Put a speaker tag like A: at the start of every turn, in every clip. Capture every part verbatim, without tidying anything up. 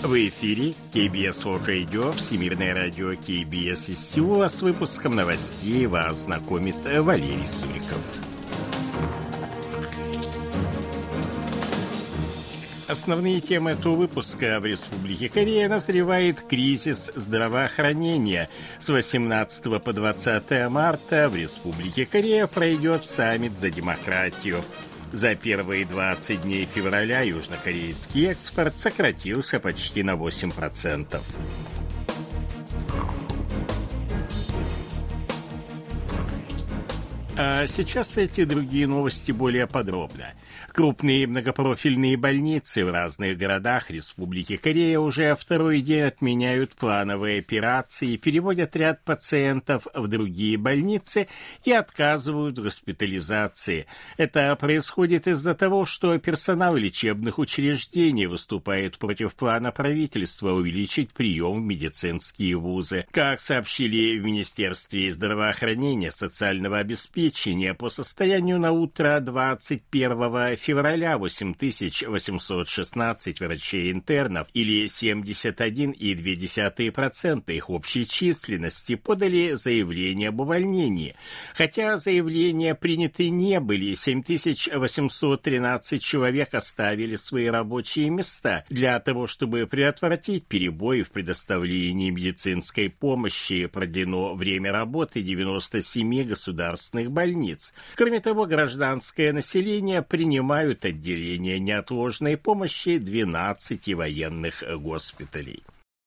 A: В эфире кей би эс World Radio, Всемирное радио кей би эс из Сеула. С выпуском новостей вас знакомит Валерий Суриков. Основные темы этого выпуска. В Республике Корея назревает кризис здравоохранения. С восемнадцатого по двадцатое марта в Республике Корея пройдет саммит за демократию. За первые двадцать дней февраля южнокорейский экспорт сократился почти на восемь процентов. А сейчас эти и другие новости более подробно. Крупные многопрофильные больницы в разных городах Республики Корея уже второй день отменяют плановые операции, переводят ряд пациентов в другие больницы и отказывают в госпитализации. Это происходит из-за того, что персонал лечебных учреждений выступает против плана правительства увеличить прием в медицинские вузы. Как сообщили в Министерстве здравоохранения и социального обеспечения, по состоянию на утро двадцать первого февраля восемь тысяч восемьсот шестнадцать врачей-интернов или семьдесят один и две десятых процента их общей численности подали заявление об увольнении. Хотя заявления приняты не были, семь тысяч восемьсот тринадцать человек оставили свои рабочие места. Для того, чтобы предотвратить перебои в предоставлении медицинской помощи, продлено время работы девяноста семи государственных больниц. Кроме того, гражданское население принимает отделение неотложной помощи двенадцати военных госпиталей.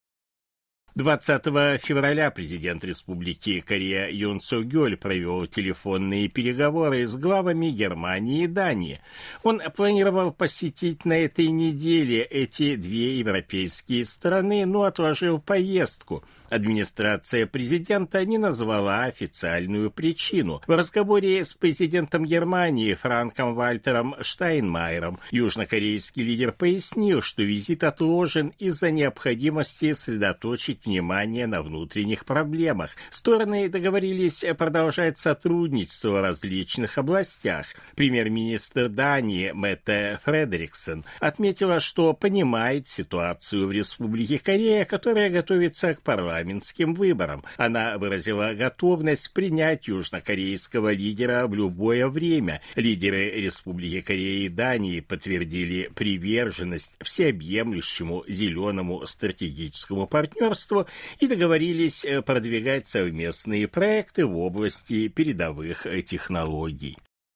A: двадцатого февраля президент Республики Корея Юн Сок-гёль провел телефонные переговоры с главами Германии и Дании. Он планировал посетить на этой неделе эти две европейские страны, но отложил поездку. Администрация президента не назвала официальную причину. В разговоре с президентом Германии Франком Вальтером Штайнмайером южнокорейский лидер пояснил, что визит отложен из-за необходимости сосредоточить внимание на внутренних проблемах. Стороны договорились продолжать сотрудничество в различных областях. Премьер-министр Дании Метте Фредериксен отметила, что понимает ситуацию в Республике Корея, которая готовится к парламентским выборам. Она выразила готовность принять южнокорейского лидера в любое время. Лидеры Республики Корея и Дании подтвердили приверженность всеобъемлющему зеленому стратегическому партнерству и договорились продвигать совместные проекты в области передовых технологий.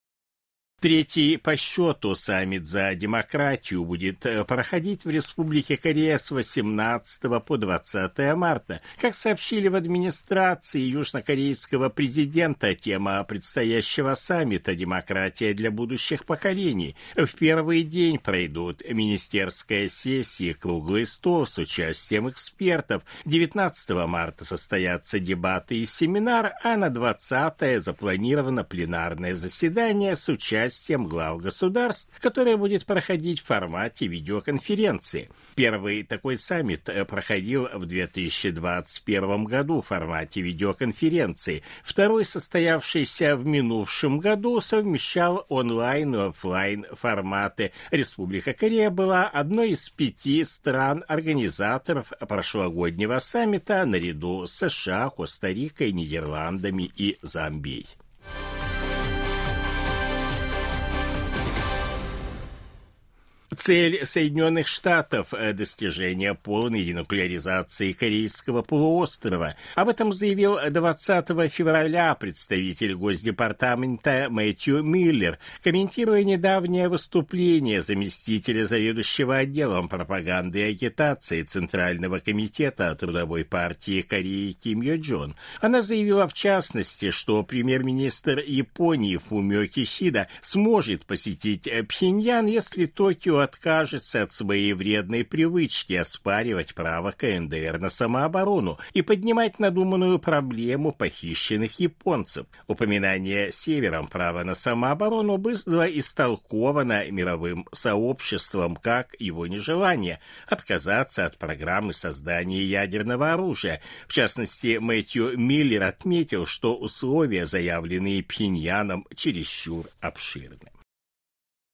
A: Третий по счету саммит за демократию будет проходить в Республике Корея с восемнадцатого по двадцатое марта. Как сообщили в администрации южнокорейского президента, тема предстоящего саммита «Демократия для будущих поколений». В первый день пройдут министерская сессия, круглый стол с участием экспертов. девятнадцатого марта состоятся дебаты и семинар, а на двадцатое запланировано пленарное заседание с участием глав государств, которое будет проходить в формате видеоконференции. Первый такой саммит проходил в две тысячи двадцать первом году в формате видеоконференции. Второй, состоявшийся в минувшем году, совмещал онлайн и офлайн форматы. Республика Корея была одной из пяти стран-организаторов прошлогоднего саммита наряду с США, Коста-Рикой, Нидерландами и Замбией. Цель Соединенных Штатов – достижение полной денуклеаризации Корейского полуострова. Об этом заявил двадцатого февраля представитель Госдепартамента Мэтью Миллер, комментируя недавнее выступление заместителя заведующего отделом пропаганды и агитации Центрального комитета Трудовой партии Кореи Ким Йо Джон. Она заявила в частности, что премьер-министр Японии Фумио Кисида сможет посетить Пхеньян, если Токио откажется от своей вредной привычки оспаривать право ка эн дэ эр на самооборону и поднимать надуманную проблему похищенных японцев. Упоминание Севером права на самооборону было истолковано мировым сообществом как его нежелание отказаться от программы создания ядерного оружия. В частности, Мэтью Миллер отметил, что условия, заявленные Пхеньяном, чересчур обширны.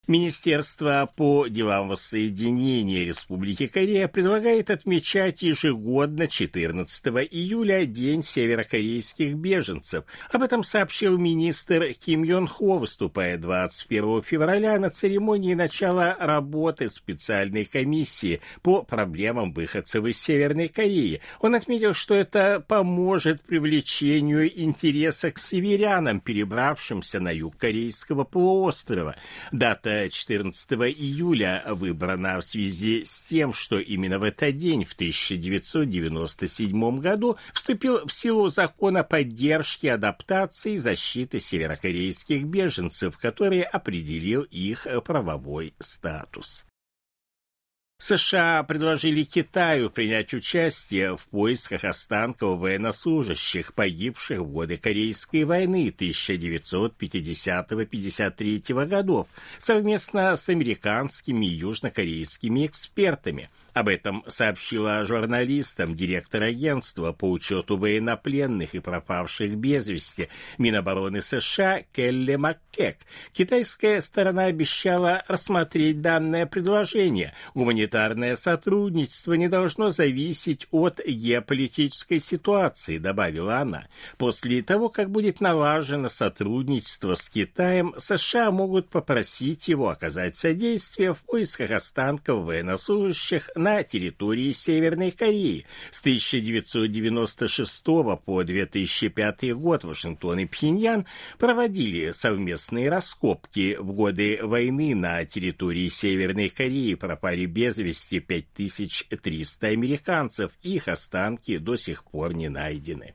A: Министерство по делам воссоединения Республики Корея предлагает отмечать ежегодно четырнадцатого июля День северокорейских беженцев. Об этом сообщил министр Ким Йон Хо, выступая двадцать первого февраля на церемонии начала работы специальной комиссии по проблемам выходцев из Северной Кореи. Он отметил, что это поможет привлечению интереса к северянам, перебравшимся на юг Корейского полуострова. Дата четырнадцатого июля выбрана в связи с тем, что именно в этот день, в тысяча девятьсот девяносто седьмом году, вступил в силу закон о поддержке, адаптации и защиты северокорейских беженцев, который определил их правовой статус. США предложили Китаю принять участие в поисках останков военнослужащих, погибших в годы Корейской войны тысяча девятьсот пятидесятого — пятьдесят третьего годов, совместно с американскими и южнокорейскими экспертами. Об этом сообщила журналистам директор агентства по учету военнопленных и пропавших без вести Минобороны США Келли Маккек. Китайская сторона обещала рассмотреть данное предложение. Гуманитарное сотрудничество не должно зависеть от геополитической ситуации, добавила она. После того, как будет налажено сотрудничество с Китаем, США могут попросить его оказать содействие в поисках останков военнослужащих на территории Северной Кореи. С тысяча девятьсот девяносто шестого по две тысячи пятый год Вашингтон и Пхеньян проводили совместные раскопки. В годы войны на территории Северной Кореи пропали без вести пять тысяч триста американцев, их останки до сих пор не найдены.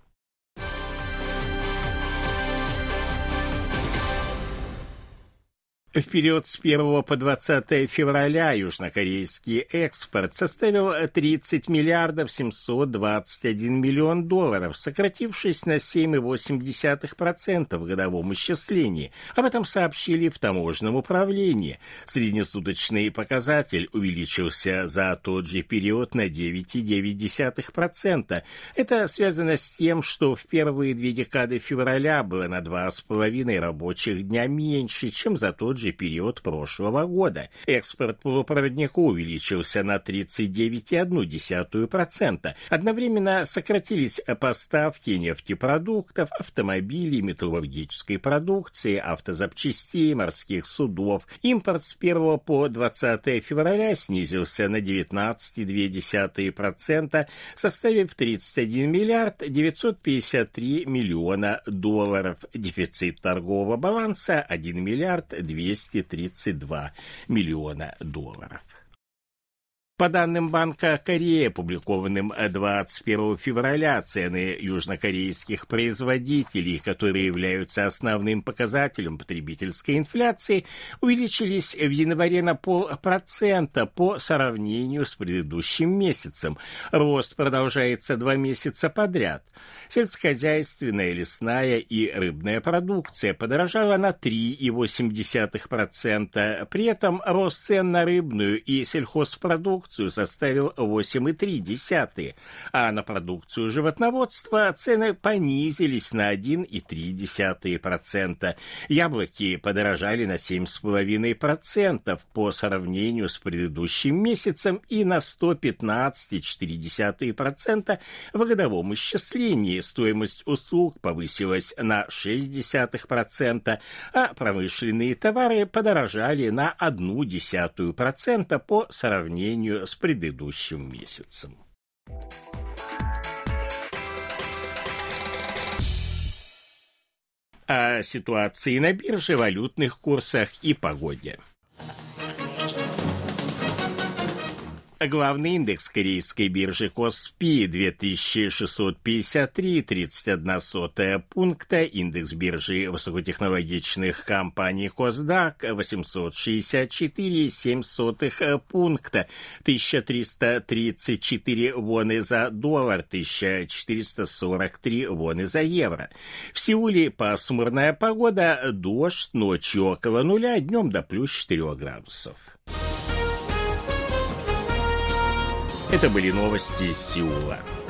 A: В период с первого по двадцатое февраля южнокорейский экспорт составил тридцать миллиардов семьсот двадцать один миллион долларов, сократившись на семь целых восемь десятых процента в годовом исчислении. Об этом сообщили в таможенном управлении. Среднесуточный показатель увеличился за тот же период на девять целых девять десятых процента. Это связано с тем, что в первые две декады февраля было на два с половиной рабочих дня меньше, чем за тот же период прошлого года. Экспорт полупроводников увеличился на тридцать девять целых одну десятую процента. Одновременно сократились поставки нефтепродуктов, автомобилей, металлургической продукции, автозапчастей, морских судов. Импорт с первого по двадцатое февраля снизился на девятнадцать целых две десятых процента, составив тридцать один миллиард девятьсот пятьдесят три миллиона долларов. Дефицит торгового баланса один миллиард двести тридцать два миллиона долларов. По данным Банка Кореи, опубликованным двадцать первого февраля, цены южнокорейских производителей, которые являются основным показателем потребительской инфляции, увеличились в январе на полпроцента по сравнению с предыдущим месяцем. Рост продолжается два месяца подряд. Сельскохозяйственная, лесная и рыбная продукция подорожала на три целых восемь десятых процента. При этом рост цен на рыбную и сельхозпродукцию составил восемь целых три десятых процента, а на продукцию животноводства цены понизились на один целых три десятых процента. Яблоки подорожали на семь целых пять десятых процента по сравнению с предыдущим месяцем и на сто пятнадцать целых четыре десятых процента в годовом исчислении. Стоимость услуг повысилась на шесть десятых процента, а промышленные товары подорожали на одну десятую процента по сравнению с предыдущим месяцем. О ситуации на бирже, валютных курсах и погоде. Главный индекс корейской биржи Коспи две тысячи шестьсот пятьдесят три целых тридцать одна сотая пункта, индекс биржи высокотехнологичных компаний Косдак восемьсот шестьдесят четыре целых семь сотых пункта, тысяча триста тридцать четыре воны за доллар, тысяча четыреста сорок три воны за евро. В Сеуле пасмурная погода, дождь, ночью около нуля, днем до плюс четырех градусов. Это были новости из Сеула.